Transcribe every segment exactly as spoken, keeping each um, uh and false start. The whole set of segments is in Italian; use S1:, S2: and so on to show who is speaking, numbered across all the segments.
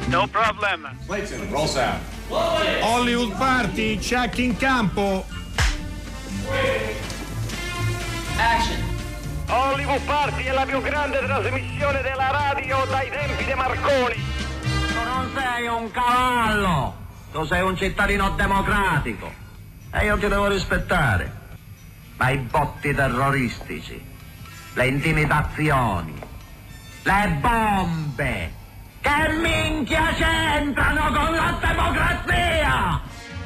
S1: No problem.
S2: Clayton, roll sound.
S3: Hollywood Party, check in campo.
S4: Action.
S1: Hollywood Party è la più grande trasmissione della radio dai tempi di Marconi.
S4: Tu non sei un cavallo, tu sei un cittadino democratico e io ti devo rispettare. Ma i botti terroristici, le intimidazioni, le bombe, che minchia c'entrano con la democrazia?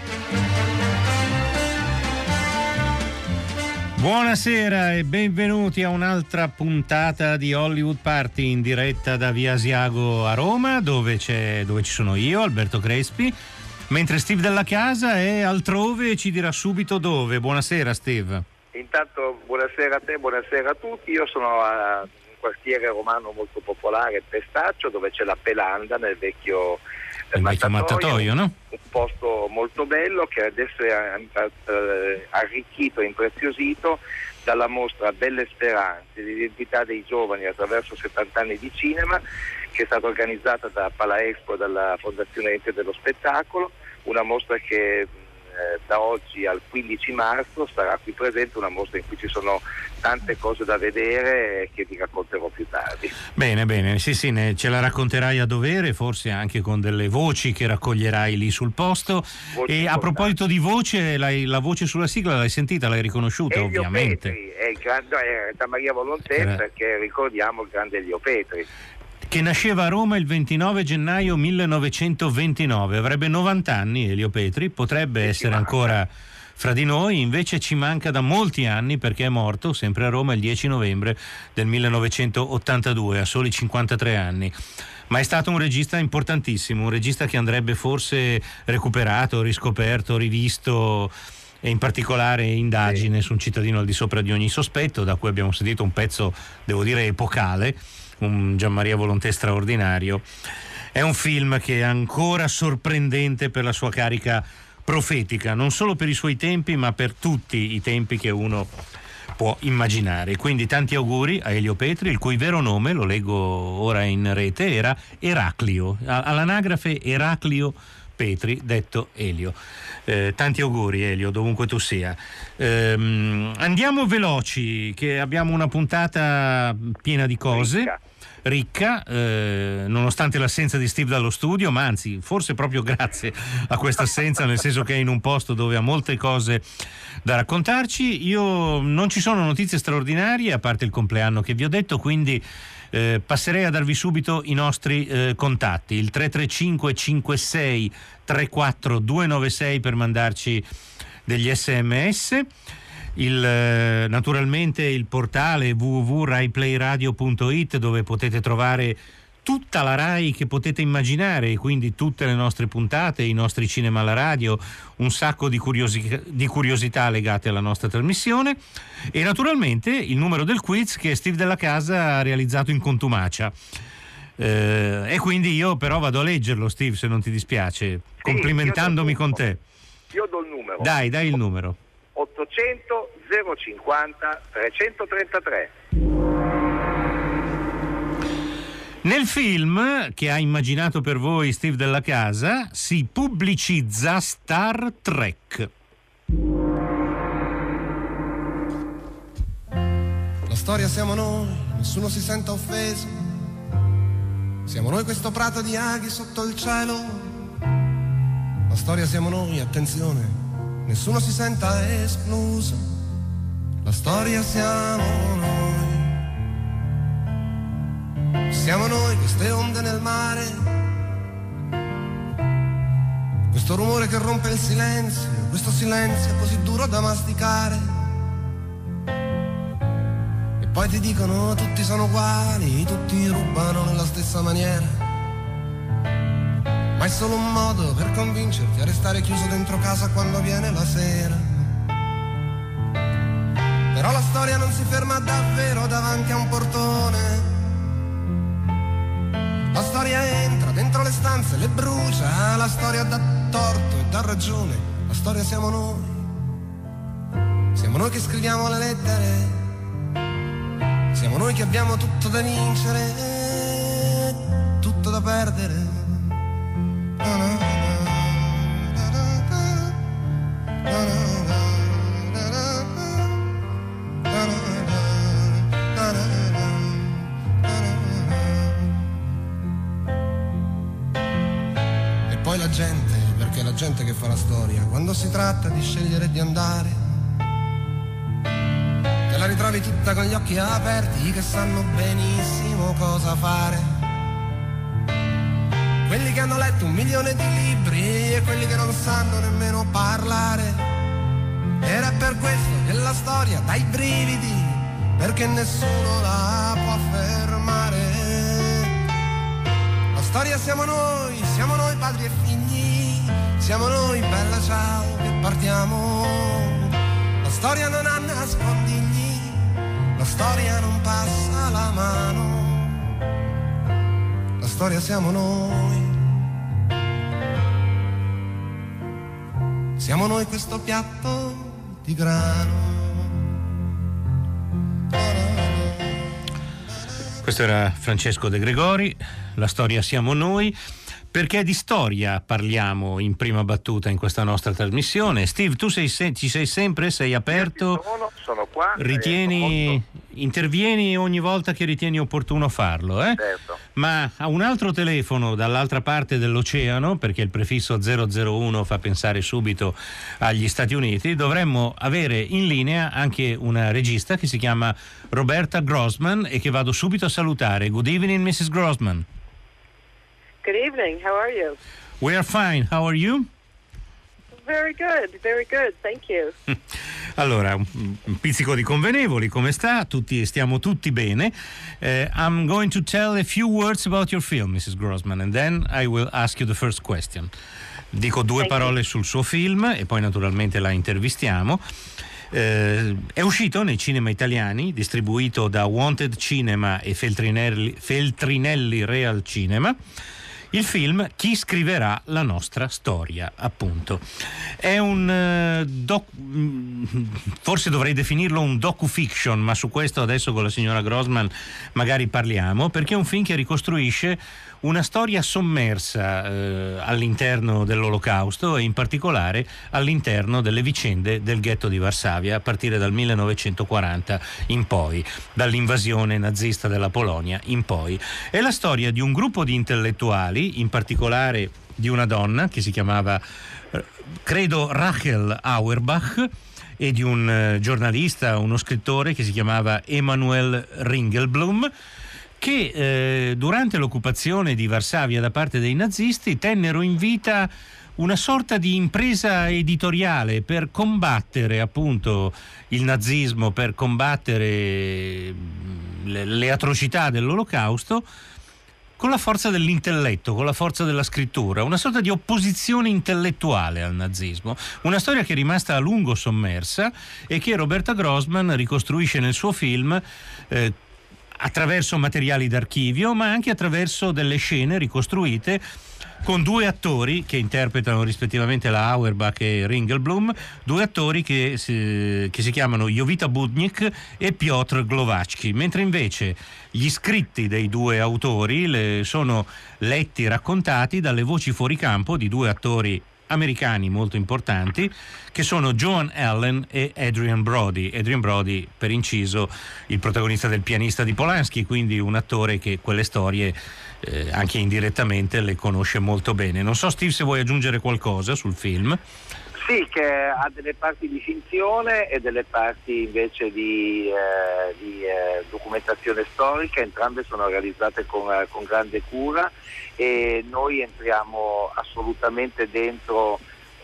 S3: Buonasera e benvenuti a un'altra puntata di Hollywood Party in diretta da Via Asiago a Roma, dove c'è dove ci sono io, Alberto Crespi, mentre Steve Della Casa è altrove e ci dirà subito dove. Buonasera Steve.
S1: Intanto buonasera a te, buonasera a tutti. Io sono a un quartiere romano molto popolare, Pestaccio, dove c'è la Pelanda nel vecchio
S3: Il vecchio mattatoio, no?
S1: Un posto molto bello che adesso è eh, arricchito e impreziosito dalla mostra Belle Speranze, l'identità dei giovani attraverso settanta anni di cinema, che è stata organizzata da Palaexpo e dalla Fondazione Ente dello Spettacolo, una mostra che eh, da oggi al quindici marzo sarà qui presente, una mostra in cui ci sono tante cose da vedere che vi racconterò più tardi.
S3: Bene, bene, sì sì, ne, ce la racconterai a dovere, forse anche con delle voci che raccoglierai lì sul posto. Voci e a proposito di voce, l'hai, la voce sulla sigla l'hai sentita, l'hai riconosciuta?
S1: Elio
S3: ovviamente.
S1: Petri, è il grande, è da Maria Volontè, Era... perché ricordiamo il grande Elio Petri,
S3: che nasceva a Roma il ventinove gennaio millenovecentoventinove, avrebbe novanta anni Elio Petri, potrebbe essere ancora fra di noi, invece ci manca da molti anni perché è morto sempre a Roma il dieci novembre del millenovecentottantadue, a soli cinquantatré anni. Ma è stato un regista importantissimo, un regista che andrebbe forse recuperato, riscoperto, rivisto, e in particolare Indagine sì. su un cittadino al di sopra di ogni sospetto, da cui abbiamo sentito un pezzo, devo dire, epocale, un Gianmaria Volontè straordinario. È un film che è ancora sorprendente per la sua carica profetica, non solo per i suoi tempi ma per tutti i tempi che uno può immaginare. Quindi tanti auguri a Elio Petri, il cui vero nome, lo leggo ora in rete, era Eraclio, all'anagrafe Eraclio Petri, detto Elio. Eh, tanti auguri Elio, dovunque tu sia. Ehm, andiamo veloci, che abbiamo una puntata piena di cose. Ricca. ricca eh, nonostante l'assenza di Steve dallo studio, ma anzi forse proprio grazie a questa assenza, nel senso che è in un posto dove ha molte cose da raccontarci. Io non ci sono notizie straordinarie a parte il compleanno che vi ho detto, quindi eh, passerei a darvi subito i nostri eh, contatti, il tre tre cinque cinque sei tre quattro due nove sei per mandarci degli sms. Il, eh, naturalmente il portale w w w punto rai play radio punto it, dove potete trovare tutta la Rai che potete immaginare, quindi tutte le nostre puntate, i nostri cinema alla radio, un sacco di, curiosi- di curiosità legate alla nostra trasmissione, e naturalmente il numero del quiz che Steve Della Casa ha realizzato in contumacia. Eh, e quindi io però vado a leggerlo, Steve, se non ti dispiace, sì, complimentandomi con te.
S1: Io do il numero.
S3: Dai, dai il numero.
S1: ottocento zero cinquanta trecentotrentatré.
S3: Nel film che ha immaginato per voi Steve Della Casa si pubblicizza Star Trek.
S5: La storia siamo noi, nessuno si senta offeso. Siamo noi questo prato di aghi sotto il cielo. La storia siamo noi, attenzione, nessuno si senta escluso. La storia siamo noi. Siamo noi queste onde nel mare, questo rumore che rompe il silenzio, questo silenzio così duro da masticare. E poi ti dicono tutti sono uguali, tutti rubano nella stessa maniera. Ma è solo un modo per convincerti a restare chiuso dentro casa quando viene la sera. Però la storia non si ferma davvero davanti a un portone. La storia entra dentro le stanze, le brucia, la storia dà torto e dà ragione. La storia siamo noi. Siamo noi che scriviamo le lettere. Siamo noi che abbiamo tutto da vincere, tutto da perdere. poi la gente, perché è la gente che fa la storia, quando si tratta di scegliere di andare, te la ritrovi tutta con gli occhi aperti, che sanno benissimo cosa fare. Quelli che hanno letto un milione di libri e quelli che non sanno nemmeno parlare. Ed è per questo che la storia dà i brividi, perché nessuno la può fermare. La storia siamo noi, siamo noi padri e figli, siamo noi, bella ciao, che partiamo. La storia non ha nascondigli, la storia non passa la mano. La storia siamo noi, siamo noi questo piatto di grano.
S3: Questo era Francesco De Gregori, la storia siamo noi. Perché di storia parliamo in prima battuta in questa nostra trasmissione? Steve, tu sei se- ci sei sempre, sei aperto?
S1: Sono, sono qua.
S3: Ritieni,
S1: molto...
S3: intervieni ogni volta che ritieni opportuno farlo, eh?
S1: Certo.
S3: Ma a un altro telefono dall'altra parte dell'oceano, perché il prefisso zero zero uno fa pensare subito agli Stati Uniti, dovremmo avere in linea anche una regista che si chiama Roberta Grossman e che vado subito a salutare. Good evening, missus Grossman.
S2: Good evening. How are you?
S3: We are fine. How are you?
S2: Very good. Very good. Thank you.
S3: Allora, un, un pizzico di convenevoli, come sta? Tutti, stiamo tutti bene. Uh, I'm going to tell a few words about your film, missus Grossman, and then I will ask you the first question. Dico due
S2: Thank
S3: parole
S2: you.
S3: sul suo film e poi naturalmente la intervistiamo. Uh, è uscito nei cinema italiani, distribuito da Wanted Cinema e Feltrinelli, Feltrinelli Real Cinema. Il film Chi scriverà la nostra storia, appunto. È un uh, doc- forse dovrei definirlo un docu-fiction, ma su questo adesso con la signora Grossman magari parliamo, perché è un film che ricostruisce una storia sommersa eh, all'interno dell'Olocausto e in particolare all'interno delle vicende del ghetto di Varsavia a partire dal millenovecentoquaranta in poi, dall'invasione nazista della Polonia in poi. È la storia di un gruppo di intellettuali, in particolare di una donna che si chiamava, eh, credo, Rachel Auerbach, e di un eh, giornalista, uno scrittore che si chiamava Emanuel Ringelblum, che eh, durante l'occupazione di Varsavia da parte dei nazisti tennero in vita una sorta di impresa editoriale per combattere appunto il nazismo, per combattere le, le atrocità dell'Olocausto con la forza dell'intelletto, con la forza della scrittura, una sorta di opposizione intellettuale al nazismo. Una storia che è rimasta a lungo sommersa e che Roberta Grossman ricostruisce nel suo film eh, attraverso materiali d'archivio, ma anche attraverso delle scene ricostruite con due attori che interpretano rispettivamente la Auerbach e Ringelblum, due attori che si, che si chiamano Jovita Budnik e Piotr Glovačky, mentre invece gli scritti dei due autori le, sono letti, raccontati dalle voci fuori campo di due attori americani molto importanti, che sono Joan Allen e Adrian Brody. Adrian Brody, per inciso, il protagonista del Pianista di Polanski, quindi un attore che quelle storie eh, anche indirettamente le conosce molto bene. Non so, Steve, se vuoi aggiungere qualcosa sul film.
S1: Sì, che ha delle parti di finzione e delle parti invece di, eh, di eh, documentazione storica, entrambe sono realizzate con, eh, con grande cura e noi entriamo assolutamente dentro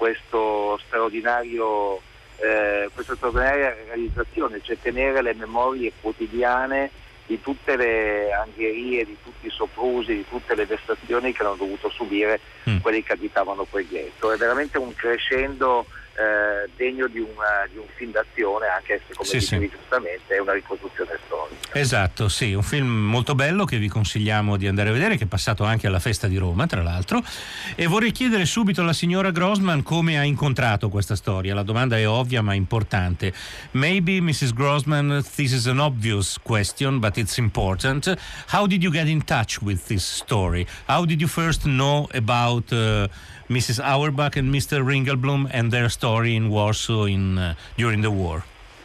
S1: questo straordinario, eh, questa straordinaria realizzazione, cioè tenere le memorie quotidiane di tutte le angherie, di tutti i soprusi, di tutte le vessazioni che hanno dovuto subire mm. quelli che abitavano quel ghetto. È veramente un crescendo eh, degno di, una, di un film d'azione, anche se, come
S3: sì,
S1: dicevi
S3: sì.
S1: giustamente, è una ricostruzione storica.
S3: Esatto, sì, un film molto bello che vi consigliamo di andare a vedere, che è passato anche alla Festa di Roma, tra l'altro. E vorrei chiedere subito alla signora Grossman come ha incontrato questa storia. La domanda è ovvia ma importante. Maybe, missus Grossman, this is an obvious question, but it's important. How did you get in touch with this story? How did you first know about uh, missus Auerbach and Mister Ringelblum and their story in Warsaw in uh, during the war?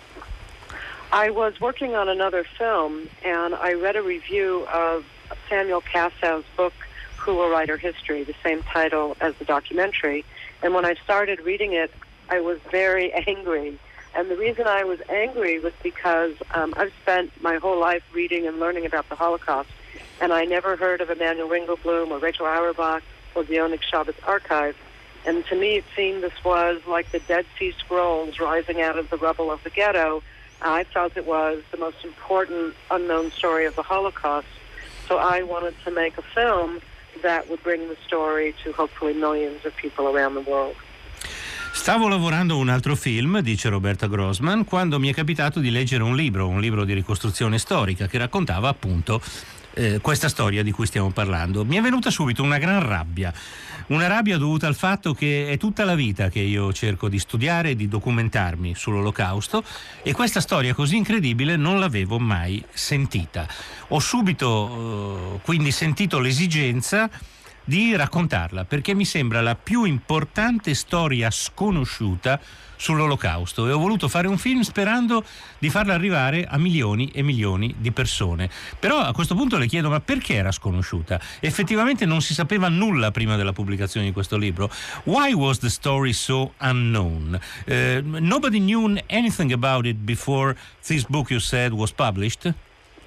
S2: I was working on another film, and I read a review of Samuel Cassav's book, Who Will Write Our History, the same title as the documentary. And when I started reading it, I was very angry. And the reason I was angry was because um, I've spent my whole life reading and learning about the Holocaust, and I never heard of Emanuel Ringelblum or Rachel Auerbach or the Onyx Shabbos Archive. And to me, it seemed this was like the Dead Sea Scrolls rising out of the rubble of the ghetto. I felt it was the most important unknown story of the Holocaust. So I wanted to make a film that would bring the story to hopefully millions of people around the world.
S3: Stavo lavorando un altro film, dice Roberta Grossman, quando mi è capitato di leggere un libro, un libro di ricostruzione storica che raccontava appunto eh, questa storia di cui stiamo parlando. Mi è venuta subito una gran rabbia, una rabbia dovuta al fatto che è tutta la vita che io cerco di studiare e di documentarmi sull'Olocausto e questa storia così incredibile non l'avevo mai sentita. Ho subito eh, quindi sentito l'esigenza di raccontarla perché mi sembra la più importante storia sconosciuta sull'Olocausto e ho voluto fare un film sperando di farla arrivare a milioni e milioni di persone. Però a questo punto le chiedo, ma perché era sconosciuta? Effettivamente non si sapeva nulla prima della pubblicazione di questo libro. Why was the story so unknown? Uh, nobody knew anything about it before this book, you said, was published?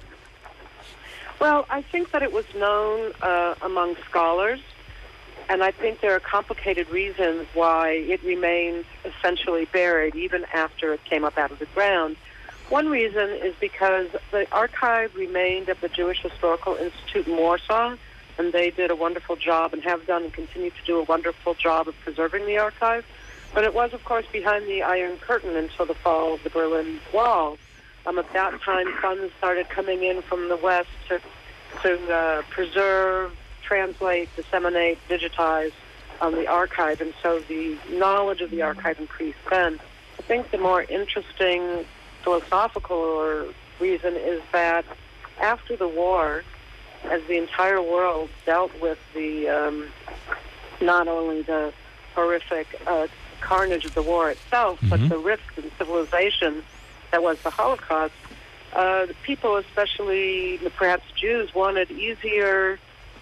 S2: Well, I think that it was known uh, among scholars, and I think there are complicated reasons why it remained essentially buried even after it came up out of the ground. One reason is because the archive remained at the Jewish Historical Institute in Warsaw, and they did a wonderful job and have done and continue to do a wonderful job of preserving the archive. But it was, of course, behind the Iron Curtain until the fall of the Berlin Wall. Um, at that time, funds started coming in from the West to, to uh, preserve, translate, disseminate, digitize um, the archive, and so the knowledge of the archive increased then. I think the more interesting philosophical or reason is that after the war, as the entire world dealt with the um, not only the horrific uh, carnage of the war itself, mm-hmm. but the rift in civilization that was the Holocaust, uh, the people, especially perhaps Jews, wanted easier,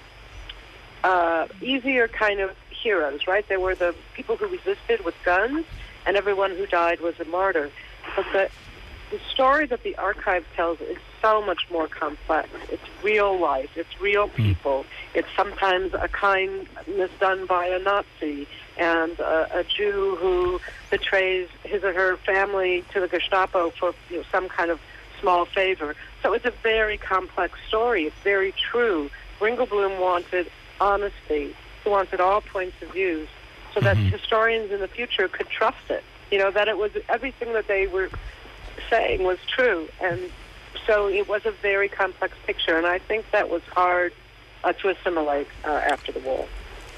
S2: uh, easier kind of heroes, right? They were the people who resisted with guns, and everyone who died was a martyr. But the, the story that the archive tells is so much more complex. It's real life. It's real people. It's sometimes a kindness done by a Nazi and a, a Jew who betrays his or her family to the Gestapo for you know, some kind of small favor. So it's a very complex story. It's very true. Ringelblum wanted honesty. He wanted all points of view so that mm-hmm. historians in the future could trust it. You know, that it was everything that they were saying was true. And so it was a very complex picture, and I think that was hard uh, to assimilate uh, after the war.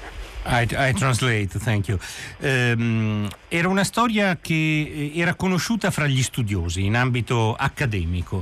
S3: I, I translate, thank you. Um, era una storia che era conosciuta fra gli studiosi in ambito accademico,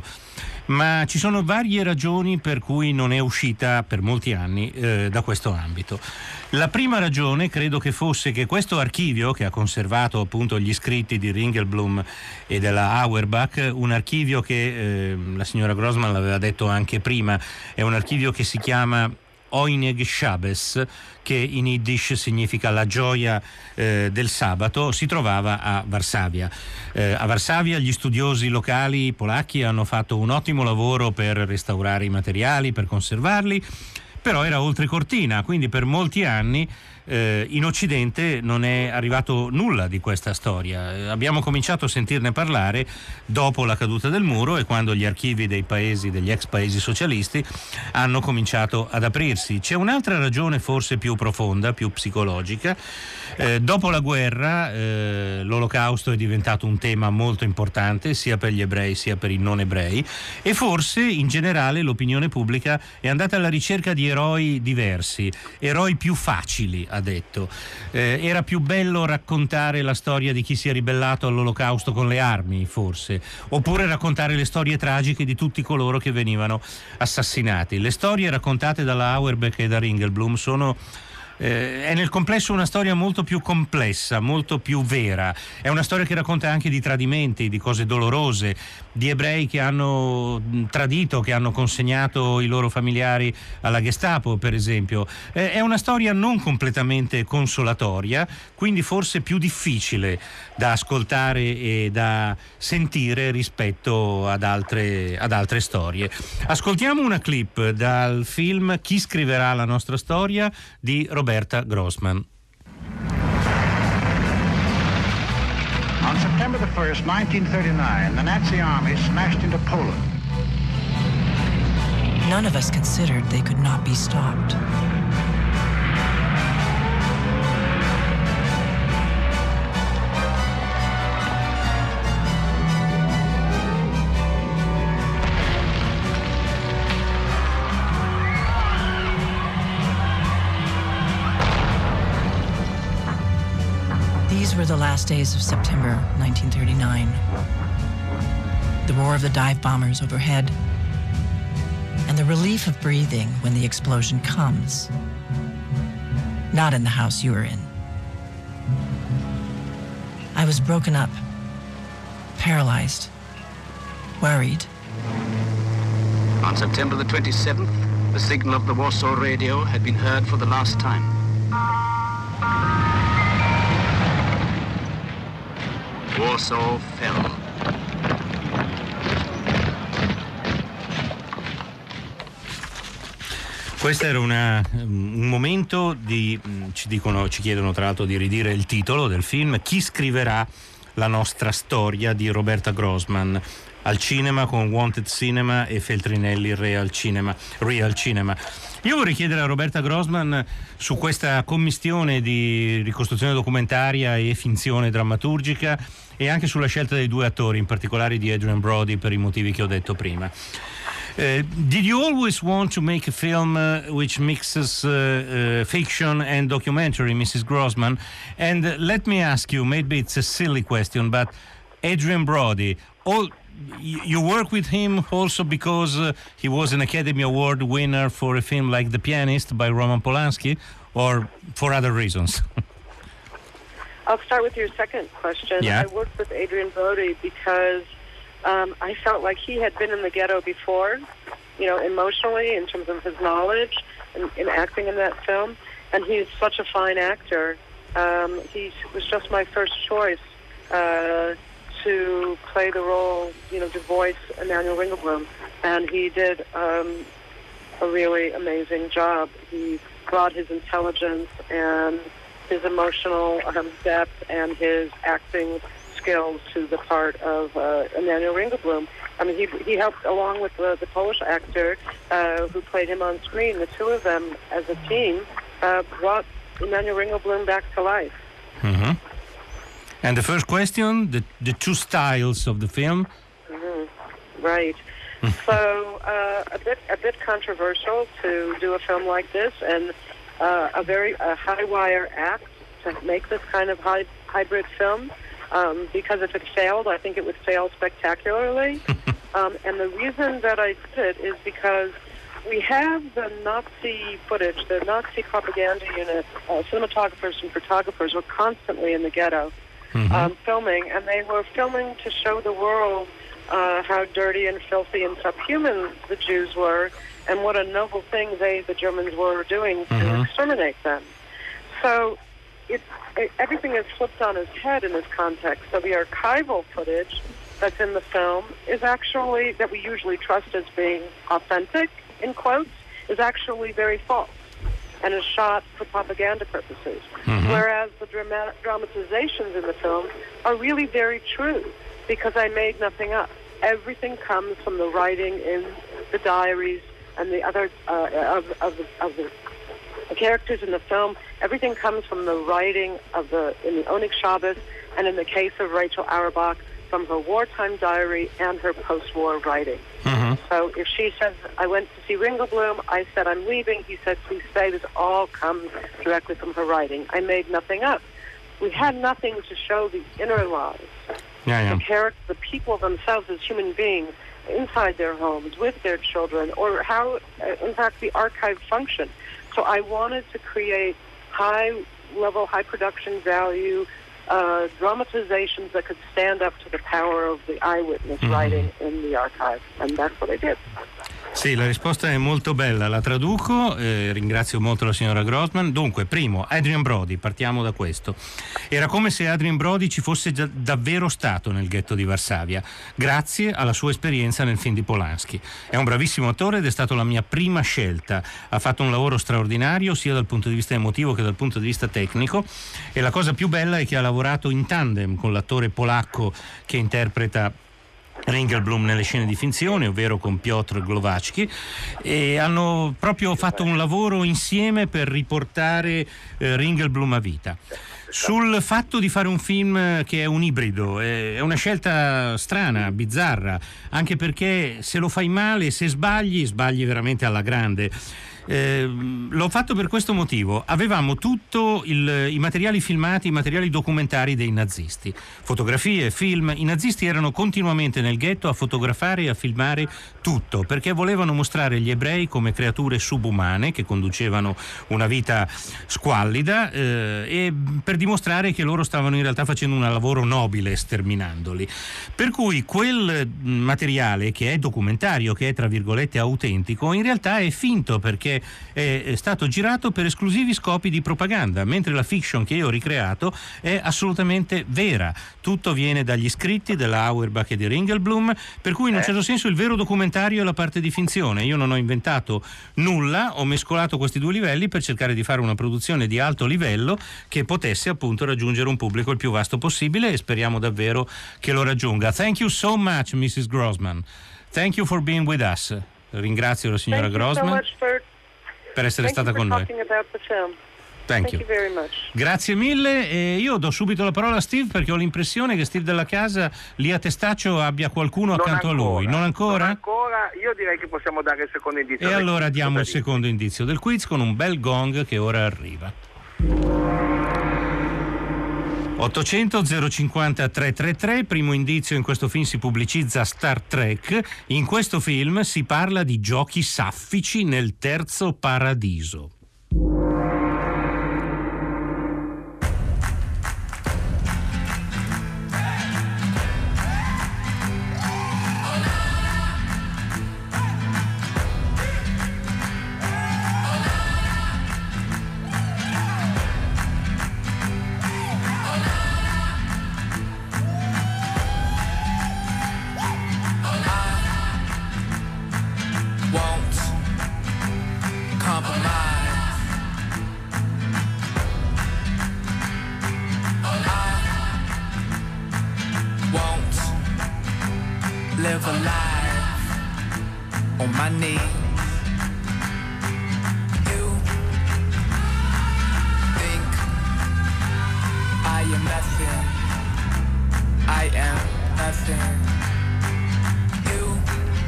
S3: ma ci sono varie ragioni per cui non è uscita per molti anni eh, da questo ambito. La prima ragione credo che fosse che questo archivio, che ha conservato appunto gli scritti di Ringelblum e della Auerbach, un archivio che eh, la signora Grossman l'aveva detto anche prima, è un archivio che si chiama Oyneg Shabbos, che in Yiddish significa la gioia eh, del sabato, si trovava a Varsavia. Eh, a Varsavia gli studiosi locali polacchi hanno fatto un ottimo lavoro per restaurare i materiali, per conservarli, però era oltre cortina, quindi per molti anni eh, in Occidente non è arrivato nulla di questa storia. Eh, abbiamo cominciato a sentirne parlare dopo la caduta del muro e quando gli archivi dei paesi, degli ex paesi socialisti hanno cominciato ad aprirsi. C'è un'altra ragione forse più profonda, più psicologica. Eh, dopo la guerra eh, l'Olocausto è diventato un tema molto importante sia per gli ebrei sia per i non ebrei e forse in generale l'opinione pubblica è andata alla ricerca di eroi diversi, eroi più facili, ha detto. Eh, era più bello raccontare la storia di chi si è ribellato all'Olocausto con le armi, forse, oppure raccontare le storie tragiche di tutti coloro che venivano assassinati. Le storie raccontate dalla Auerbach e da Ringelblum sono Eh, è nel complesso una storia molto più complessa, molto più vera. È una storia che racconta anche di tradimenti, di cose dolorose, di ebrei che hanno tradito, che hanno consegnato i loro familiari alla Gestapo, per esempio. Eh, è una storia non completamente consolatoria, quindi forse più difficile da ascoltare e da sentire rispetto ad altre, ad altre storie. Ascoltiamo una clip dal film Chi scriverà la nostra storia di Roberta Grossman.
S6: On September the first, nineteen thirty-nine, the Nazi army smashed into Poland.
S7: None of us considered they could not be stopped. These were the last days of September nineteen thirty-nine. The roar of the dive bombers overhead, and the relief of breathing when the explosion comes. Not in the house you were in. I was broken up, paralyzed, worried.
S8: On September the twenty-seventh, the signal of the Warsaw radio had been heard for the last time. Warsaw fell.
S3: Questo era una, un momento di, ci dicono, ci chiedono tra l'altro di ridire il titolo del film, Chi scriverà la nostra storia di Roberta Grossman, al cinema con Wanted Cinema e Feltrinelli Real Cinema, Real Cinema. Io vorrei chiedere a Roberta Grossman su questa commistione di ricostruzione documentaria e finzione drammaturgica e anche sulla scelta dei due attori, in particolare di Adrien Brody, per i motivi che ho detto prima. Uh, did you always want to make a film uh, which mixes uh, uh, fiction and documentary, Missus Grossman? And uh, let me ask you, maybe it's a silly question, but Adrien Brody, all, you work with him also because uh, he was an Academy Award winner for a film like The Pianist by Roman Polanski, or for other reasons?
S2: I'll start with your second question.
S3: Yeah.
S2: I worked with Adrien Brody because um, I felt like he had been in the ghetto before, you know, emotionally, in terms of his knowledge in, in acting in that film. And he's such a fine actor. Um, he was just my first choice uh, to play the role, you know, to voice Emanuel Ringelblum. And he did um, a really amazing job. He brought his intelligence and his emotional um, depth and his acting skills to the part of uh, Emanuel Ringelblum. I mean, he he helped along with the, the Polish actor uh, who played him on screen. The two of them, as a team, uh, brought Emanuel Ringelblum back to life.
S3: Mm-hmm. And the first question, the the two styles of the film.
S2: Mm-hmm. Right. So uh, a bit a bit controversial to do a film like this, and uh, a very a high wire act to make this kind of high, hybrid film. Um, because if it failed, I think it would fail spectacularly. um, and the reason that I did it is because we have the Nazi footage, the Nazi propaganda unit, uh, cinematographers and photographers were constantly in the ghetto mm-hmm. um, filming, and they were filming to show the world uh, how dirty and filthy and subhuman the Jews were, and what a noble thing they, the Germans, were doing to mm-hmm. exterminate them. So it, it, everything is flipped on its head in this context. So the archival footage that's in the film is actually, that we usually trust as being authentic, in quotes, is actually very false and is shot for propaganda purposes. Mm-hmm. Whereas the drama- dramatizations in the film are really very true, because I made nothing up. Everything comes from the writing in the diaries and the other uh, of, of, the, of the, the characters in the film. Everything comes from the writing of the in the Onyx Shabbos, and in the case of Rachel Auerbach, from her wartime diary and her post-war writing. Mm-hmm. So if she says, I went to see Ringelblum, I said, I'm leaving, he said, please stay. This all comes directly from her writing. I made nothing up. We had nothing to show the inner lives.
S3: Yeah, yeah.
S2: The character, the people themselves as human beings inside their homes with their children, or how, uh, in fact, the archive functioned. So I wanted to create high level, high production value uh, dramatizations that could stand up to the power of the eyewitness mm-hmm. writing in the archive, and that's what I did.
S3: Sì, la risposta è molto bella, la traduco, eh, ringrazio molto la signora Grossman. Dunque, primo, Adrian Brody, partiamo da questo. Era come se Adrian Brody ci fosse già davvero stato nel ghetto di Varsavia, grazie alla sua esperienza nel film di Polanski. È un bravissimo attore ed è stato la mia prima scelta. Ha fatto un lavoro straordinario sia dal punto di vista emotivo che dal punto di vista tecnico, e la cosa più bella è che ha lavorato in tandem con l'attore polacco che interpreta Ringelblum nelle scene di finzione, ovvero con Piotr Glowacki, e hanno proprio fatto un lavoro insieme per riportare eh, Ringelblum a vita. Sul fatto di fare un film che è un ibrido, è una scelta strana, bizzarra, anche perché se lo fai male, se sbagli, sbagli veramente alla grande. Eh, l'ho fatto per questo motivo. Avevamo tutto il, i materiali filmati, i materiali documentari dei nazisti, fotografie, film. I nazisti erano continuamente nel ghetto a fotografare e a filmare tutto, perché volevano mostrare gli ebrei come creature subumane che conducevano una vita squallida, eh, e per dimostrare che loro stavano in realtà facendo un lavoro nobile sterminandoli. Per cui quel materiale che è documentario, che è tra virgolette autentico, in realtà è finto, perché è stato girato per esclusivi scopi di propaganda, mentre la fiction che io ho ricreato è assolutamente vera. Tutto viene dagli scritti della Auerbach e di Ringelblum, per cui in un certo senso il vero documentario è la parte di finzione. Io non ho inventato nulla, ho mescolato questi due livelli per cercare di fare una produzione di alto livello che potesse appunto raggiungere un pubblico il più vasto possibile, e speriamo davvero che lo raggiunga. Thank you so much, missus Grossman. Thank you for being with us. Ringrazio la signora Grossman per essere
S2: Thank
S3: stata con noi.
S2: Thank,
S3: Thank
S2: you.
S3: you
S2: very much.
S3: Grazie mille, e io do subito la parola a Steve, perché ho l'impressione che Steve della casa lì a Testaccio abbia qualcuno
S1: non
S3: accanto
S1: ancora,
S3: a lui. Non ancora?
S1: Non ancora, io direi che possiamo dare il secondo indizio.
S3: E allora diamo il secondo indizio del quiz con un bel gong che ora arriva. ottocento zero cinquanta trecentotrentatré, primo indizio: in questo film si pubblicizza Star Trek. In questo film si parla di giochi saffici nel terzo paradiso.
S9: live a life on my knees. You think I am nothing, I am nothing. You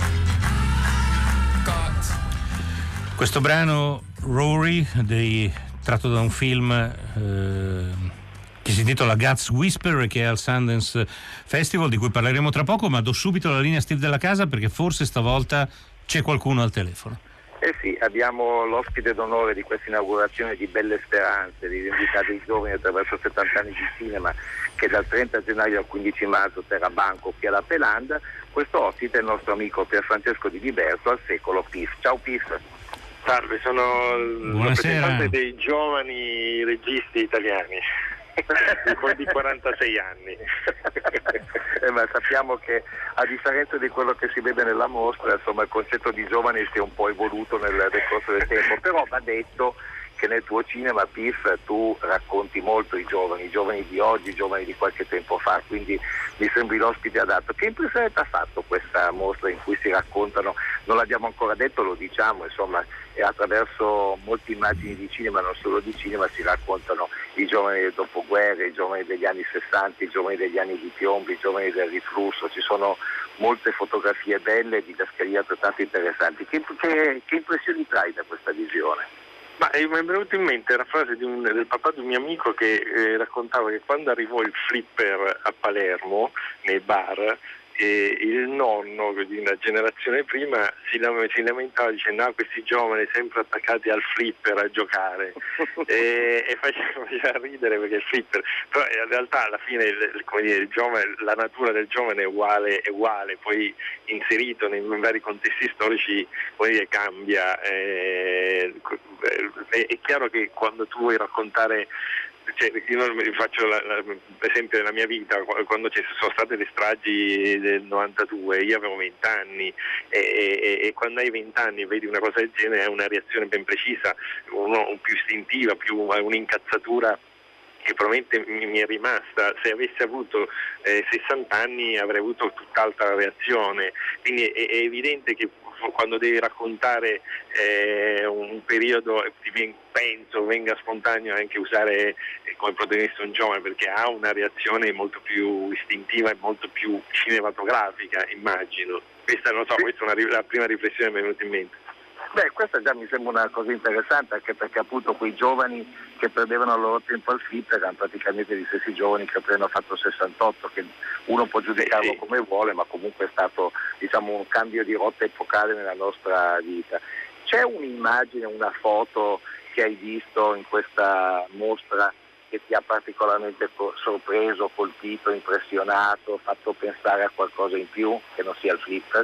S9: got.
S3: Questo brano Rory, dei, tratto da un film eh, che si intitola Guts Whisperer, che è al Sundance Festival, di cui parleremo tra poco, ma do subito la linea a Steve della casa perché forse stavolta c'è qualcuno al telefono.
S1: Eh sì, abbiamo l'ospite d'onore di questa inaugurazione di Belle Speranze, di Identità dei Giovani attraverso settanta anni di cinema, che dal trenta gennaio al quindici marzo terrà banco qui alla Pelanda. Questo ospite è il nostro amico Pierfrancesco Di Liberto, al secolo P I F. Ciao P I F.
S10: Salve, sono il rappresentante dei giovani registi italiani di quarantasei anni.
S1: eh, ma sappiamo che a differenza di quello che si vede nella mostra, insomma, il concetto di giovani si è un po' evoluto nel, nel corso del tempo, però va detto che nel tuo cinema, P I F, tu racconti molto i giovani, i giovani di oggi, i giovani di qualche tempo fa, quindi mi sembri l'ospite adatto. Che impressione ti ha fatto questa mostra in cui si raccontano, non l'abbiamo ancora detto, lo diciamo, insomma, e attraverso molte immagini di cinema, non solo di cinema, si raccontano i giovani del dopoguerra, i giovani degli anni sessanta, i giovani degli anni di piombo, i giovani del riflusso, ci sono molte fotografie belle, didascalie altrettanto interessanti. Che, che, che impressioni trai da questa visione?
S10: Ma eh, mi è venuta in mente la frase di un, del papà di un mio amico che eh, raccontava che quando arrivò il flipper a Palermo, nei bar, eh, il nonno di una generazione prima si, si lamentava dicendo ah, questi giovani sempre attaccati al flipper a giocare e, e faceva, faceva ridere perché il flipper, però in realtà alla fine il, come dire, il giovane, la natura del giovane è uguale, è uguale, poi inserito nei vari contesti storici come dire, cambia. Eh, è chiaro che quando tu vuoi raccontare, cioè, io faccio la, la, per esempio nella mia vita, quando ci sono state le stragi del novantadue, io avevo venti anni e, e, e quando hai venti anni e vedi una cosa del genere hai una reazione ben precisa, uno, più istintiva, più un'incazzatura che probabilmente mi è rimasta. Se avessi avuto eh, sessanta anni avrei avuto tutt'altra reazione, quindi è, è evidente che quando devi raccontare eh, un periodo penso venga spontaneo anche usare eh, come protagonista un giovane, perché ha una reazione molto più istintiva e molto più cinematografica, immagino. Questa non so, questa è una, la prima riflessione che mi è venuta in mente.
S11: Beh, questa già mi sembra una cosa interessante, anche perché appunto quei giovani che perdevano il loro tempo al flipper erano praticamente gli stessi giovani che poi hanno fatto sessantotto, che uno può giudicarlo come vuole, ma comunque è stato, diciamo, un cambio di rotta epocale nella nostra vita. C'è un'immagine, una foto che hai visto in questa mostra che ti ha particolarmente sorpreso, colpito, impressionato, fatto pensare a qualcosa in più che non sia il flipper?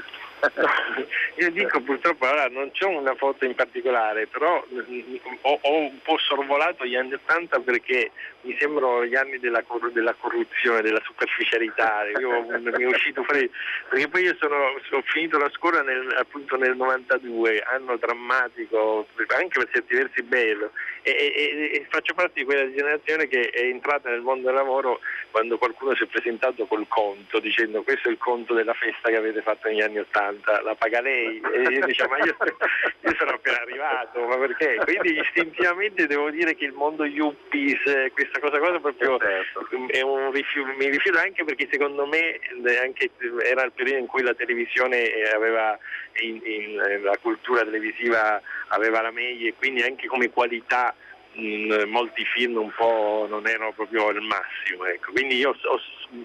S10: Io dico purtroppo allora, non c'è una foto in particolare, però ho, ho un po' sorvolato gli anni ottanta perché mi sembrano gli anni della, cor- della corruzione, della superficialità. Io mi è uscito fuori, perché poi io sono, ho finito la scuola nel, appunto nel novantadue, anno drammatico, anche per certi versi bello, e, e, e faccio parte di quella generazione che è entrata nel mondo del lavoro quando qualcuno si è presentato col conto dicendo questo è il conto della festa che avete fatto negli anni ottanta, la paga lei, e io dicevo ma io, io sono appena arrivato, ma perché? Quindi istintivamente devo dire che il mondo yuppies, questa cosa cosa proprio è un rifiuto, mi rifiuto anche perché secondo me anche era il periodo in cui la televisione aveva in, in, la cultura televisiva aveva la meglio e quindi anche come qualità mh, molti film un po' non erano proprio il massimo, ecco. Quindi io ho,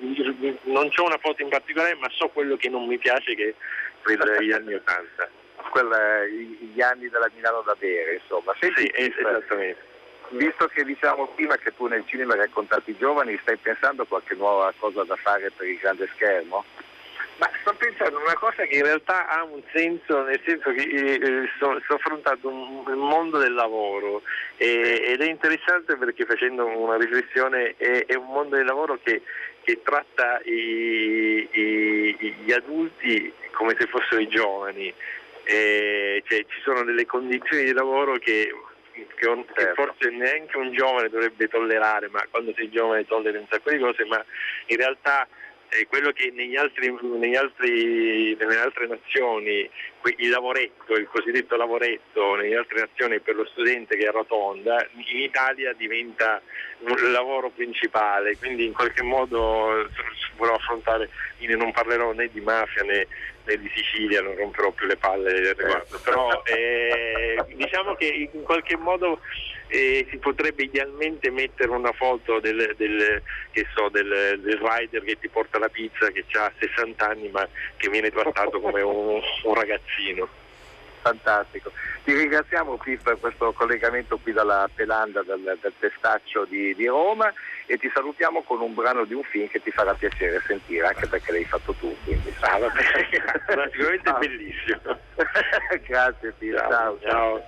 S10: non c'ho una foto in particolare, ma so quello che non mi piace, che è gli anni ottanta,
S11: gli anni della Milano da bere, insomma. Senti,
S10: sì, esattamente.
S11: Visto che diciamo prima che tu nel cinema hai raccontato i giovani, stai pensando a qualche nuova cosa da fare per il grande schermo?
S10: Ma sto pensando a una cosa che in realtà ha un senso, nel senso che eh, sto, sto affrontando un, il mondo del lavoro eh, ed è interessante perché facendo una riflessione è, è un mondo del lavoro che, che tratta i, i, gli adulti come se fossero i giovani, eh, cioè ci sono delle condizioni di lavoro che Che, un, che forse neanche un giovane dovrebbe tollerare, ma quando sei giovane tolleri un sacco di cose, ma in realtà eh, quello che negli altri, negli altri, nelle altre nazioni il lavoretto, il cosiddetto lavoretto nelle altre nazioni per lo studente che arrotonda, in Italia diventa un lavoro principale, quindi in qualche modo si può affrontare, non parlerò né di mafia né, né di Sicilia, non romperò più le palle del riguardo, però eh, diciamo che in qualche modo eh, si potrebbe idealmente mettere una foto del, del, che so, del, del rider che ti porta la pizza, che ha sessanta anni ma che viene trattato come un, un ragazzino.
S11: Fantastico, ti ringraziamo qui per questo collegamento qui dalla Pelanda, dal, dal Testaccio di, di Roma, e ti salutiamo con un brano di un film che ti farà piacere sentire, anche perché l'hai fatto tu, quindi
S10: ah, vabbè. Sicuramente è bellissimo.
S11: Grazie Pino, ciao, ciao.
S10: ciao.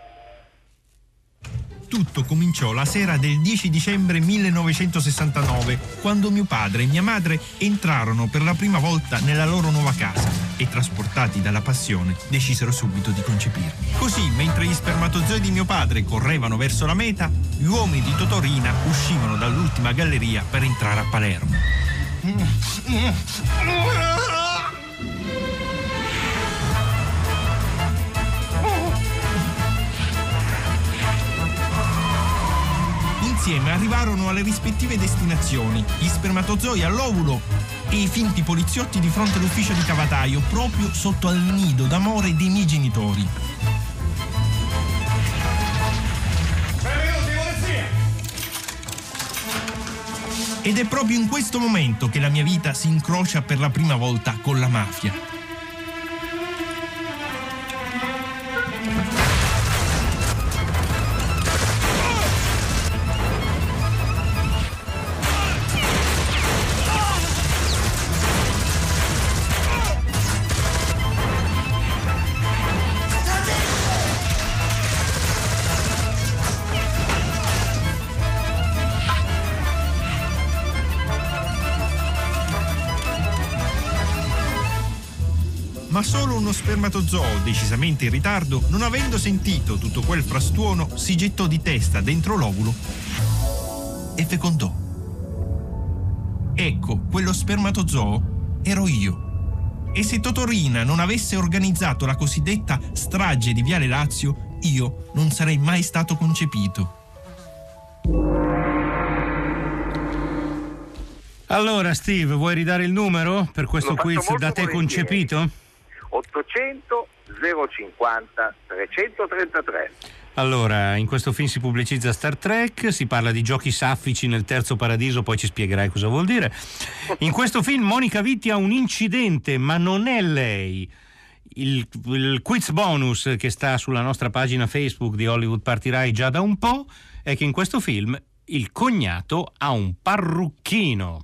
S12: Tutto cominciò la sera del dieci dicembre millenovecentosessantanove, quando mio padre e mia madre entrarono per la prima volta nella loro nuova casa e, trasportati dalla passione, decisero subito di concepirmi. Così, mentre gli spermatozoi di mio padre correvano verso la meta, gli uomini di Totorina uscivano dall'ultima galleria per entrare a Palermo. Insieme arrivarono alle rispettive destinazioni, gli spermatozoi all'ovulo e i finti poliziotti di fronte all'ufficio di cavataio, proprio sotto al nido d'amore dei miei genitori.
S13: Benvenuti, polizia!
S12: Ed è proprio in questo momento che la mia vita si incrocia per la prima volta con la mafia. Ma solo uno spermatozoo decisamente in ritardo, non avendo sentito tutto quel frastuono, si gettò di testa dentro l'ovulo e fecondò. Ecco, quello spermatozoo ero io. E se Totorina non avesse organizzato la cosiddetta strage di Viale Lazio, io non sarei mai stato concepito.
S3: Allora, Steve, vuoi ridare il numero per questo
S1: Lo
S3: quiz da te
S1: volentieri.
S3: concepito?
S1: ottocento zero cinquanta trecentotrentatré.
S3: Allora, in questo film si pubblicizza Star Trek, si parla di giochi saffici nel terzo paradiso, poi ci spiegherai cosa vuol dire. In questo film Monica Vitti ha un incidente, ma non è lei. Il, il quiz bonus che sta sulla nostra pagina Facebook di Hollywood Partirai già da un po' è che in questo film il cognato ha un parrucchino.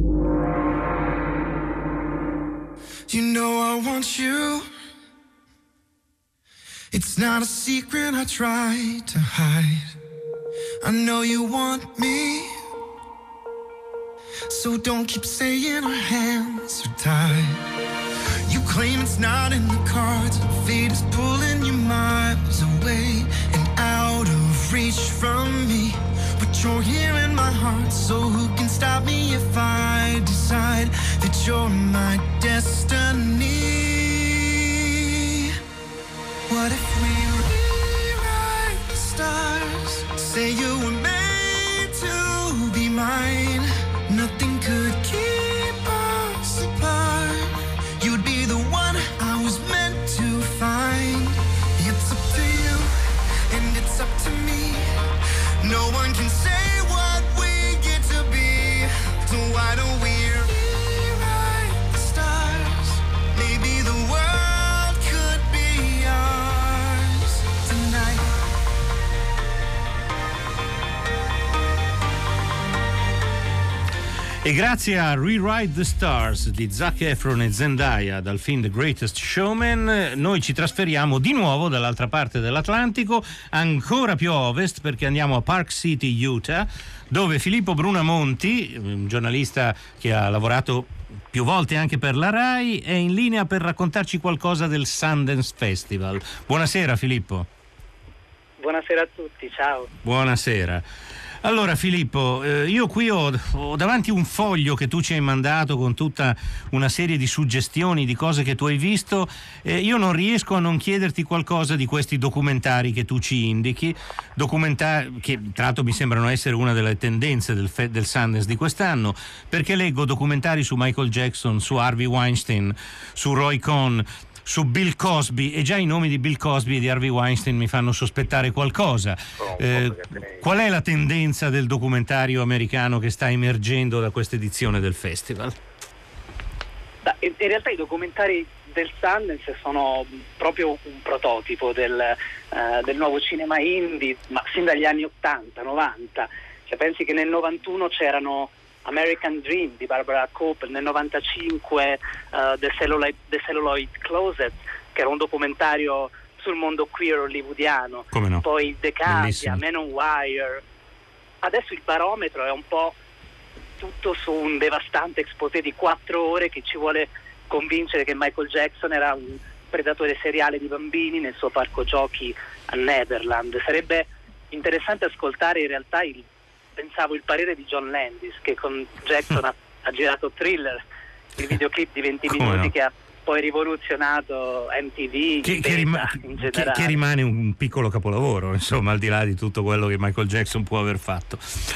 S13: You know I want you. It's not a secret I try to hide. I know you want me. So don't keep saying our hands are tied. You claim it's not in the cards. Fate is pulling you miles away and out of reach from me. But you're here in my heart, so who can stop me if I decide that you're my destiny? What if we rewrite the stars? Say you were made to be mine. Nothing could keep us apart. You'd be the one I was meant to find. It's up to you, and it's up to me. No one can say what we get to be. So why don't we rewrite the stars? Maybe the world could be ours tonight.
S3: E grazie a Rewrite the Stars di Zac Efron e Zendaya dal film The Greatest Showman, noi ci trasferiamo di nuovo dall'altra parte dell'Atlantico, ancora più a ovest, perché andiamo a Park City, Utah, dove Filippo Brunamonti, un giornalista che ha lavorato più volte anche per la Rai, è in linea per raccontarci qualcosa del Sundance Festival. Buonasera Filippo.
S14: Buonasera a tutti, ciao.
S3: Buonasera. Allora Filippo, eh, io qui ho, ho davanti un foglio che tu ci hai mandato con tutta una serie di suggestioni di cose che tu hai visto. Eh, io non riesco a non chiederti qualcosa di questi documentari che tu ci indichi, documentari che tra l'altro mi sembrano essere una delle tendenze del, fe- del Sundance di quest'anno, perché leggo documentari su Michael Jackson, su Harvey Weinstein, su Roy Cohn, su Bill Cosby, e già i nomi di Bill Cosby e di Harvey Weinstein mi fanno sospettare qualcosa. Eh, qual è la tendenza del documentario americano che sta emergendo da questa edizione del festival?
S14: In realtà i documentari del Sundance sono proprio un prototipo del, uh, del nuovo cinema indie, ma sin dagli anni ottanta novanta. Cioè, pensi che nel novantuno c'erano American Dream di Barbara Cope, nel novantacinque uh, The, Celluloid, The Celluloid Closet, che era un documentario sul mondo queer hollywoodiano.
S3: Come no?
S14: Poi Decadia,
S3: Bellissimo.
S14: Man on Wire. Adesso il barometro è un po' tutto su un devastante exposé di quattro ore che ci vuole convincere che Michael Jackson era un predatore seriale di bambini nel suo parco giochi a Neverland. Sarebbe interessante ascoltare in realtà il pensavo il parere di John Landis, che con Jackson ha, ha girato Thriller, il videoclip di venti
S3: Come
S14: minuti
S3: no?
S14: che ha poi rivoluzionato M T V,
S3: Che, che,
S14: Beta,
S3: rima-
S14: in
S3: che,
S14: generale.
S3: che rimane un piccolo capolavoro, insomma, al di là di tutto quello che Michael Jackson può aver fatto.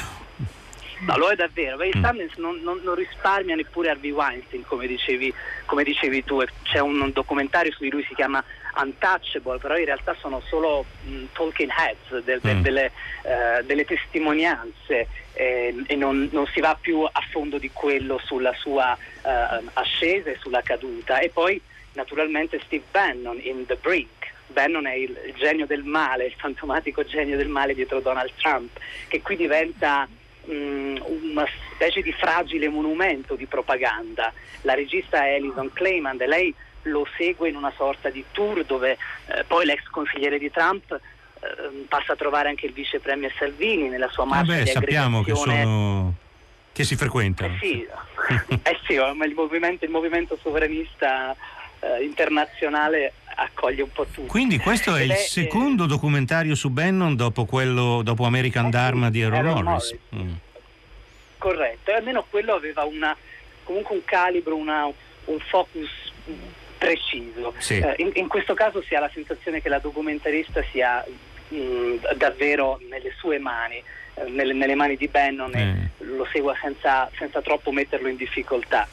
S14: No, lo è davvero. Beh, il
S3: Mm.
S14: Sundance non, non, non risparmia neppure Harvey Weinstein, come dicevi, come dicevi tu. C'è un, un documentario su di lui, si chiama untouchable, però in realtà sono solo mh, talking heads, del, del,
S3: mm.
S14: delle, uh, delle testimonianze, eh, e non, non si va più a fondo di quello sulla sua uh, ascesa e sulla caduta. E poi naturalmente Steve Bannon in The Brink. Bannon è il, il genio del male, il fantomatico genio del male dietro Donald Trump, che qui diventa mh, una specie di fragile monumento di propaganda. La regista è Alison Clayman e lei lo segue in una sorta di tour dove eh, poi l'ex consigliere di Trump eh, passa a trovare anche il vice premier Salvini nella sua marcia
S3: ah beh,
S14: di
S3: sappiamo
S14: aggregazione.
S3: che sono che si frequentano.
S14: Eh sì, eh sì, ma il movimento, il movimento sovranista eh, internazionale accoglie un po' tutto.
S3: Quindi questo è
S14: Ed
S3: il
S14: è,
S3: secondo
S14: eh,
S3: documentario su Bannon dopo quello dopo American
S14: eh,
S3: Dharma di Errol
S14: Errol
S3: Morris.
S14: Morris.
S3: Mm.
S14: Corretto, e almeno quello aveva una comunque un calibro, una, un focus preciso.
S3: Sì.
S14: Eh, in, in questo caso si ha la sensazione che la documentarista sia mh, davvero nelle sue mani, eh, nelle, nelle mani di Bannon,
S3: Eh.
S14: e lo segua senza, senza troppo metterlo in difficoltà.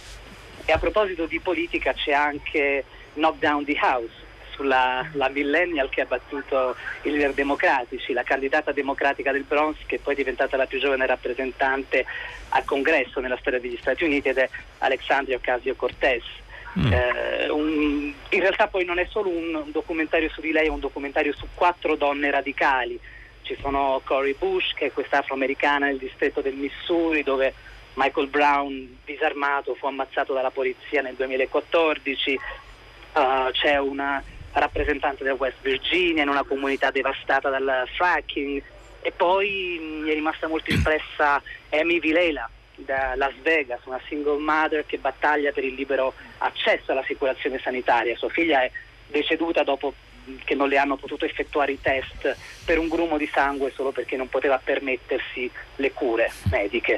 S14: E a proposito di politica c'è anche Knock Down the House, sulla la millennial che ha battuto i leader democratici, la candidata democratica del Bronx, che poi è diventata la più giovane rappresentante al congresso nella storia degli Stati Uniti, ed è Alexandria Ocasio-Cortez. Mm. Eh, un, in realtà poi non è solo un documentario su di lei, è un documentario su quattro donne radicali. Ci sono Cori Bush, che è questa afroamericana nel distretto del Missouri, dove Michael Brown, disarmato, fu ammazzato dalla polizia nel duemilaquattordici. Uh, c'è una rappresentante del West Virginia in una comunità devastata dal fracking, e poi mi è rimasta molto impressa Amy Vilela da Las Vegas, una single mother che battaglia per il libero accesso all'assicurazione sanitaria. Sua figlia è deceduta dopo che non le hanno potuto effettuare i test per un grumo di sangue solo perché non poteva permettersi le cure mediche.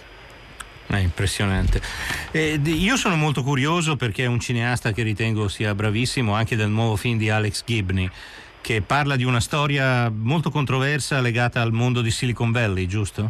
S3: È impressionante. Eh, io sono molto curioso perché è un cineasta che ritengo sia bravissimo, anche del nuovo film di Alex Gibney, che parla di una storia molto controversa legata al mondo di Silicon Valley, giusto?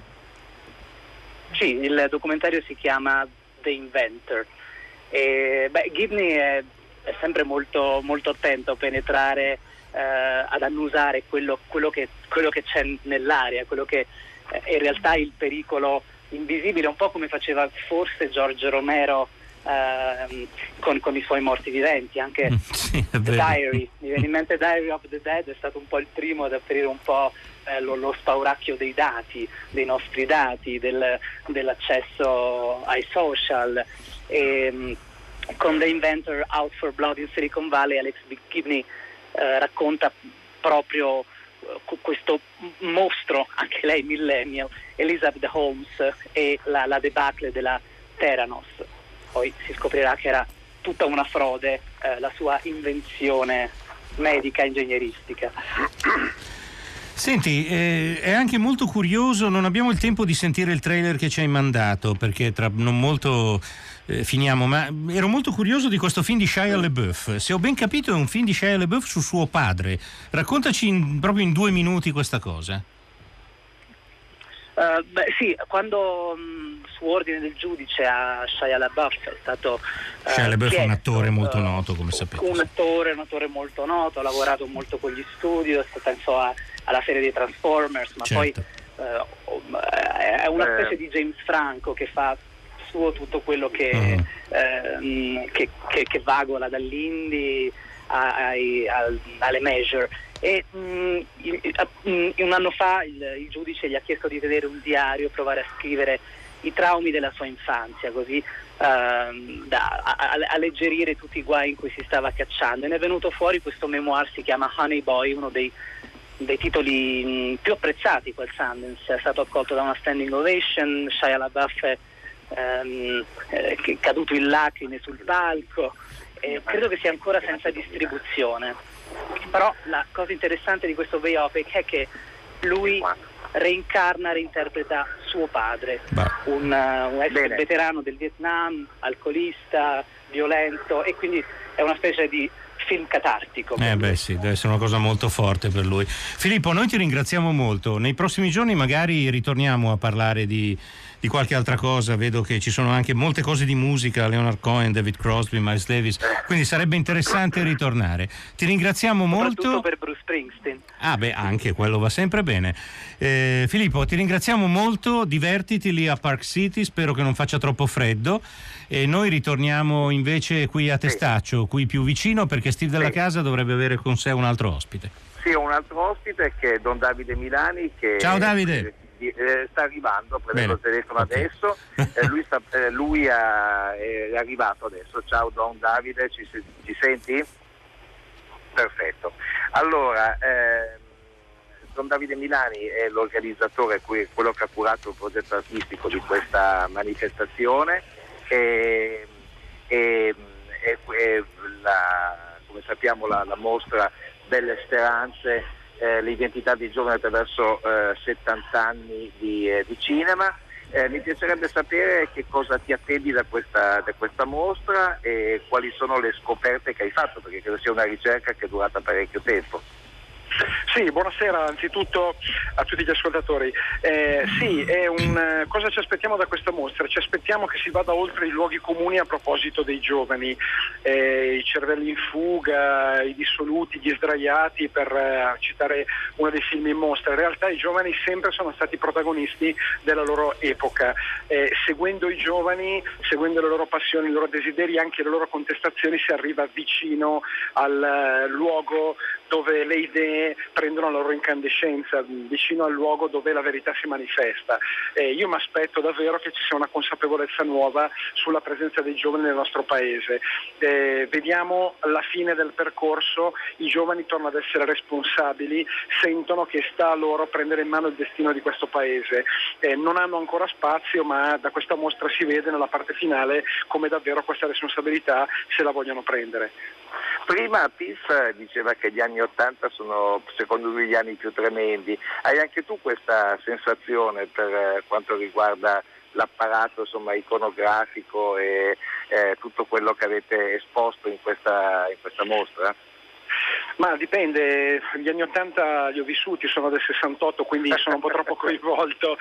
S14: Sì, il documentario si chiama The Inventor. E, beh, Gibney è, è sempre molto, molto attento a penetrare, eh, ad annusare quello, quello, che, quello che c'è nell'aria, quello che eh, è in realtà il pericolo invisibile, un po' come faceva forse George Romero eh, con, con i suoi morti viventi. Anche
S3: sì,
S14: The Diary, mi viene in mente Diary of the Dead, è stato un po' il primo ad aprire un po' eh, lo, lo spauracchio dei dati, dei nostri dati, del, dell'accesso ai social. E, con The Inventor, Out for Blood in Silicon Valley, Alex Gibney eh, racconta proprio questo mostro, anche lei millennial, Elizabeth Holmes, e la, la debacle della Theranos. Poi si scoprirà che era tutta una frode, eh, la sua invenzione medica ingegneristica.
S3: Senti, eh, è anche molto curioso, non abbiamo il tempo di sentire il trailer che ci hai mandato perché tra non molto eh, finiamo, ma ero molto curioso di questo film di Shia LaBeouf. Se ho ben capito è un film di Shia LaBeouf su suo padre. Raccontaci in, proprio in due minuti questa cosa.
S14: Uh, beh, sì, quando mh, su ordine del giudice a Shia LaBeouf è stato uh,
S3: Shia LaBeouf è un attore molto
S14: uh,
S3: noto, come sapete.
S14: Un attore, un attore molto noto, ha lavorato molto con gli studios, penso a, alla serie dei Transformers, ma
S3: certo.
S14: poi uh, è una specie di James Franco che fa suo tutto quello che, uh-huh. eh, che, che, che vagola dall'indie ai, al, alle major. E mh, un anno fa il, il giudice gli ha chiesto di vedere un diario, provare a scrivere i traumi della sua infanzia, così uh, da a, a, alleggerire tutti i guai in cui si stava cacciando, e ne è venuto fuori questo memoir, si chiama Honey Boy, uno dei, dei titoli mh, più apprezzati quel Sundance, è stato accolto da una standing ovation. Shia LaBeouf è um, eh, caduto in lacrime sul palco, e credo che sia ancora senza distribuzione. Però la cosa interessante di questo biopic è che lui reincarna, reinterpreta suo padre, un, uh, un ex Bene. veterano del Vietnam, alcolista, violento, e quindi è una specie di film catartico.
S3: Eh beh sì, deve essere una cosa molto forte per lui. Filippo, noi ti ringraziamo molto. Nei prossimi giorni magari ritorniamo a parlare di, di qualche altra cosa. Vedo che ci sono anche molte cose di musica, Leonard Cohen, David Crosby, Miles Davis, quindi sarebbe interessante ritornare. Ti ringraziamo molto.
S14: Soprattutto per Bruce Springsteen.
S3: Ah beh, anche quello va sempre bene. Eh, Filippo, ti ringraziamo molto, divertiti lì a Park City, spero che non faccia troppo freddo, e noi ritorniamo invece qui a Testaccio, qui più vicino, perché Steve Della Casa dovrebbe avere con sé un altro ospite.
S1: Sì, ho un altro ospite che è Don Davide Milani, che
S3: Ciao Davide.
S1: Eh, sta arrivando, prendendo il telefono
S3: Okay.
S1: adesso. eh, lui sta, eh, lui ha, è arrivato adesso. Ciao Don Davide, ci, ci senti? Perfetto. Allora, eh, Don Davide Milani è l'organizzatore, quello che ha curato il progetto artistico di questa manifestazione e, e, e, e la, come sappiamo la, la mostra Belle Speranze, Eh, l'identità dei giovani attraverso eh, settanta anni di, eh, di cinema. Eh, mi piacerebbe sapere che cosa ti attendi da questa, da questa mostra e quali sono le scoperte che hai fatto, perché credo sia una ricerca che è durata parecchio tempo.
S15: Sì, buonasera anzitutto a tutti gli ascoltatori. Eh, sì, è un, cosa ci aspettiamo da questa mostra? Ci aspettiamo che si vada oltre i luoghi comuni a proposito dei giovani, eh, i cervelli in fuga, i dissoluti, gli sdraiati, per eh, citare uno dei film in mostra. In realtà i giovani sempre sono stati protagonisti della loro epoca. Eh, seguendo i giovani, seguendo le loro passioni, i loro desideri, anche le loro contestazioni, si arriva vicino al uh, luogo dove le idee prendono la loro incandescenza, vicino al luogo dove la verità si manifesta. Eh, io mi aspetto davvero che ci sia una consapevolezza nuova sulla presenza dei giovani nel nostro paese. Eh, vediamo alla fine del percorso i giovani tornano ad essere responsabili, sentono che sta a loro prendere in mano il destino di questo paese. Eh, non hanno ancora spazio, ma da questa mostra si vede nella parte finale come davvero questa responsabilità se la vogliono prendere.
S1: Prima Piff diceva che gli anni Ottanta sono secondo lui gli anni più tremendi. Hai anche tu questa sensazione per quanto riguarda l'apparato, insomma, iconografico e eh, tutto quello che avete esposto in questa, in questa mostra?
S15: Ma dipende, gli anni Ottanta li ho vissuti, sono del sessantotto, quindi sono un po' troppo coinvolto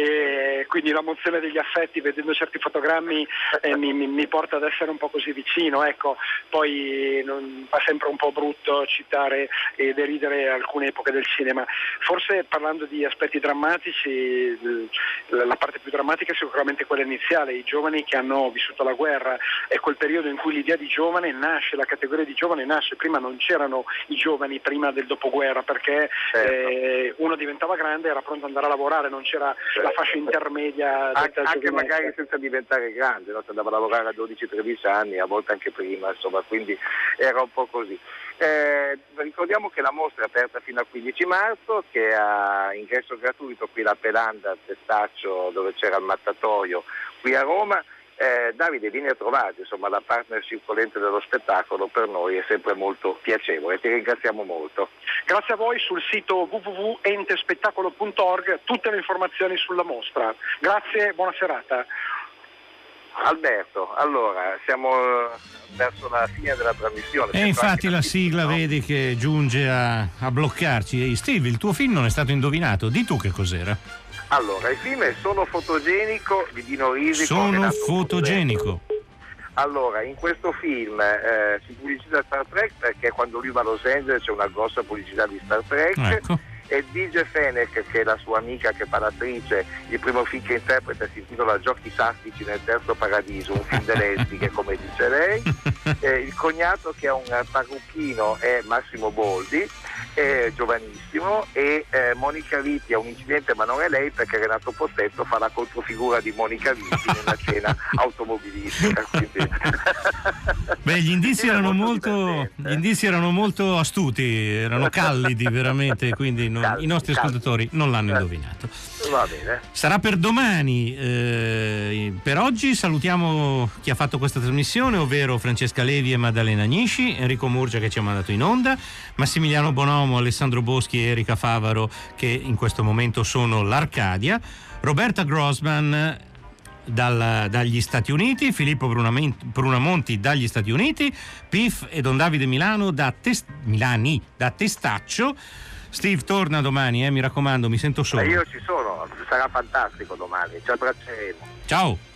S15: e quindi la mozione degli affetti vedendo certi fotogrammi eh, mi, mi, mi porta ad essere un po' così vicino, ecco. Poi non, fa sempre un po' brutto citare e deridere alcune epoche del cinema. Forse parlando di aspetti drammatici, la parte più drammatica è sicuramente quella iniziale, i giovani che hanno vissuto la guerra, è quel periodo in cui l'idea di giovane nasce, la categoria di giovane nasce, prima non c'erano i giovani prima del dopoguerra, perché certo. eh, uno diventava grande, era pronto ad andare a lavorare, non c'era certo. la fascia intermedia.
S1: Anche, anche magari senza diventare grande, no? Si andava a lavorare a dodici tredici anni, a volte anche prima, insomma, quindi era un po' così. Eh, ricordiamo che la mostra è aperta fino al quindici marzo, che ha ingresso gratuito qui alla Pelanda, a Testaccio, dove c'era il mattatoio qui a Roma. Eh, Davide, vieni a trovarci, insomma, la partnership con l'ente dello spettacolo per noi è sempre molto piacevole, ti ringraziamo molto.
S15: Grazie a voi, sul sito w w w punto ente spettacolo punto org tutte le informazioni sulla mostra. Grazie, buona serata.
S1: Alberto, allora siamo verso la fine della trasmissione.
S3: E infatti la sigla, no? Vedi che giunge a, a bloccarci. Ehi, Steve, il tuo film non è stato indovinato, di tu che cos'era?
S1: Allora, il film è Sono fotogenico di Dino Risi.
S3: Sono fotogenico.
S1: Allora, in questo film eh, si pubblicizza Star Trek perché quando lui va a Los Angeles c'è una grossa pubblicità di Star Trek.
S3: Ecco.
S1: E D J Fenech, che è la sua amica che fa l'attrice, il primo film che interpreta si intitola Giochi tattici nel terzo paradiso, un film delle lesbiche come dice lei. Eh, il cognato, che è un parrucchino, è Massimo Boldi, è giovanissimo, e eh, Monica Vitti ha un incidente, ma non è lei, perché Renato Possetto fa la controfigura di Monica Vitti in una scena automobilistica. Quindi...
S3: Beh, gli indizi erano molto gli indizi erano molto astuti, erano callidi veramente, quindi non, caldi, i nostri caldi. ascoltatori non l'hanno indovinato.
S1: Va bene.
S3: Sarà per domani. Eh, per oggi salutiamo chi ha fatto questa trasmissione, ovvero Francesca Levi e Maddalena Agnisci, Enrico Murgia che ci ha mandato in onda, Massimiliano Bonomo, Alessandro Boschi e Erika Favaro che in questo momento sono l'Arcadia, Roberta Grossman dal, dagli Stati Uniti, Filippo Brunamonti dagli Stati Uniti, Piff e Don Davide Milano da Test, Milani da Testaccio. Steve, torna domani, eh, mi raccomando, mi sento solo.
S1: Ma io ci sono, sarà fantastico domani, ci abbracceremo.
S3: Ciao.